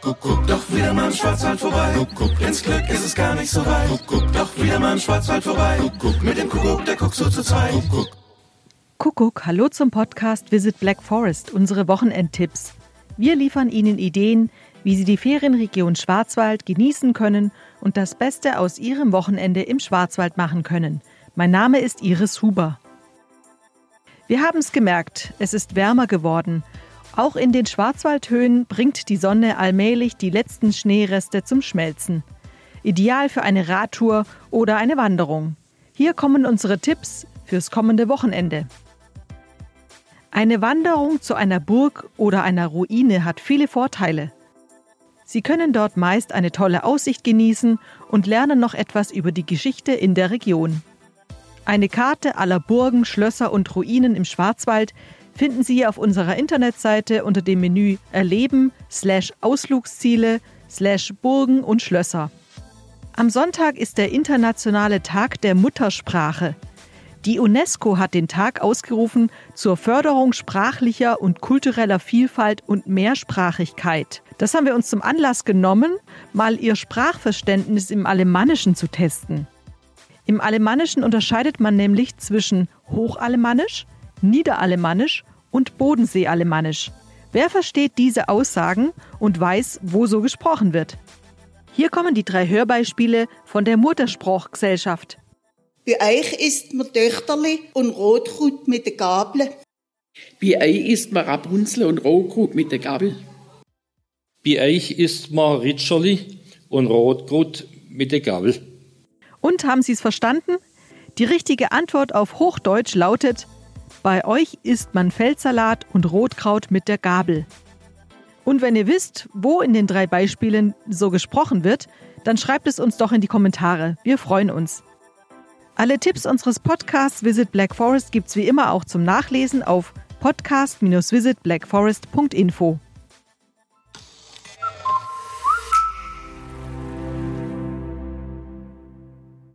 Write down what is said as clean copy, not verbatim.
Doch wieder mal im Schwarzwald vorbei. Ins Glück ist es gar nicht so weit. Doch wieder mal im Schwarzwald vorbei. Mit dem Kuckuck, der guckt so zu zweit. Kuckuck, hallo zum Podcast Visit Black Forest, unsere Wochenendtipps. Wir liefern Ihnen Ideen, wie Sie die Ferienregion Schwarzwald genießen können und das Beste aus Ihrem Wochenende im Schwarzwald machen können. Mein Name ist Iris Huber. Wir haben es gemerkt, es ist wärmer geworden. Auch in den Schwarzwaldhöhen bringt die Sonne allmählich die letzten Schneereste zum Schmelzen. Ideal für eine Radtour oder eine Wanderung. Hier kommen unsere Tipps fürs kommende Wochenende. Eine Wanderung zu einer Burg oder einer Ruine hat viele Vorteile. Sie können dort meist eine tolle Aussicht genießen und lernen noch etwas über die Geschichte in der Region. Eine Karte aller Burgen, Schlösser und Ruinen im Schwarzwald finden Sie auf unserer Internetseite unter dem Menü Erleben/Ausflugsziele/Burgen und Schlösser. Am Sonntag ist der internationale Tag der Muttersprache. Die UNESCO hat den Tag ausgerufen zur Förderung sprachlicher und kultureller Vielfalt und Mehrsprachigkeit. Das haben wir uns zum Anlass genommen, mal Ihr Sprachverständnis im Alemannischen zu testen. Im Alemannischen unterscheidet man nämlich zwischen Hochalemannisch, Niederalemannisch und Bodenseealemannisch. Wer versteht diese Aussagen und weiß, wo so gesprochen wird? Hier kommen die 3 Hörbeispiele von der Muttersprachgesellschaft. Bei euch isst man Töchterli und Rotkraut mit der Gabel. Bei euch isst man Rapunzel und Rotkraut mit der Gabel. Bei euch isst man Ritscherli und Rotkraut mit der Gabel. Und haben Sie es verstanden? Die richtige Antwort auf Hochdeutsch lautet: Bei euch isst man Feldsalat und Rotkraut mit der Gabel. Und wenn ihr wisst, wo in den 3 Beispielen so gesprochen wird, dann schreibt es uns doch in die Kommentare. Wir freuen uns. Alle Tipps unseres Podcasts Visit Black Forest gibt's wie immer auch zum Nachlesen auf podcast-visitblackforest.info.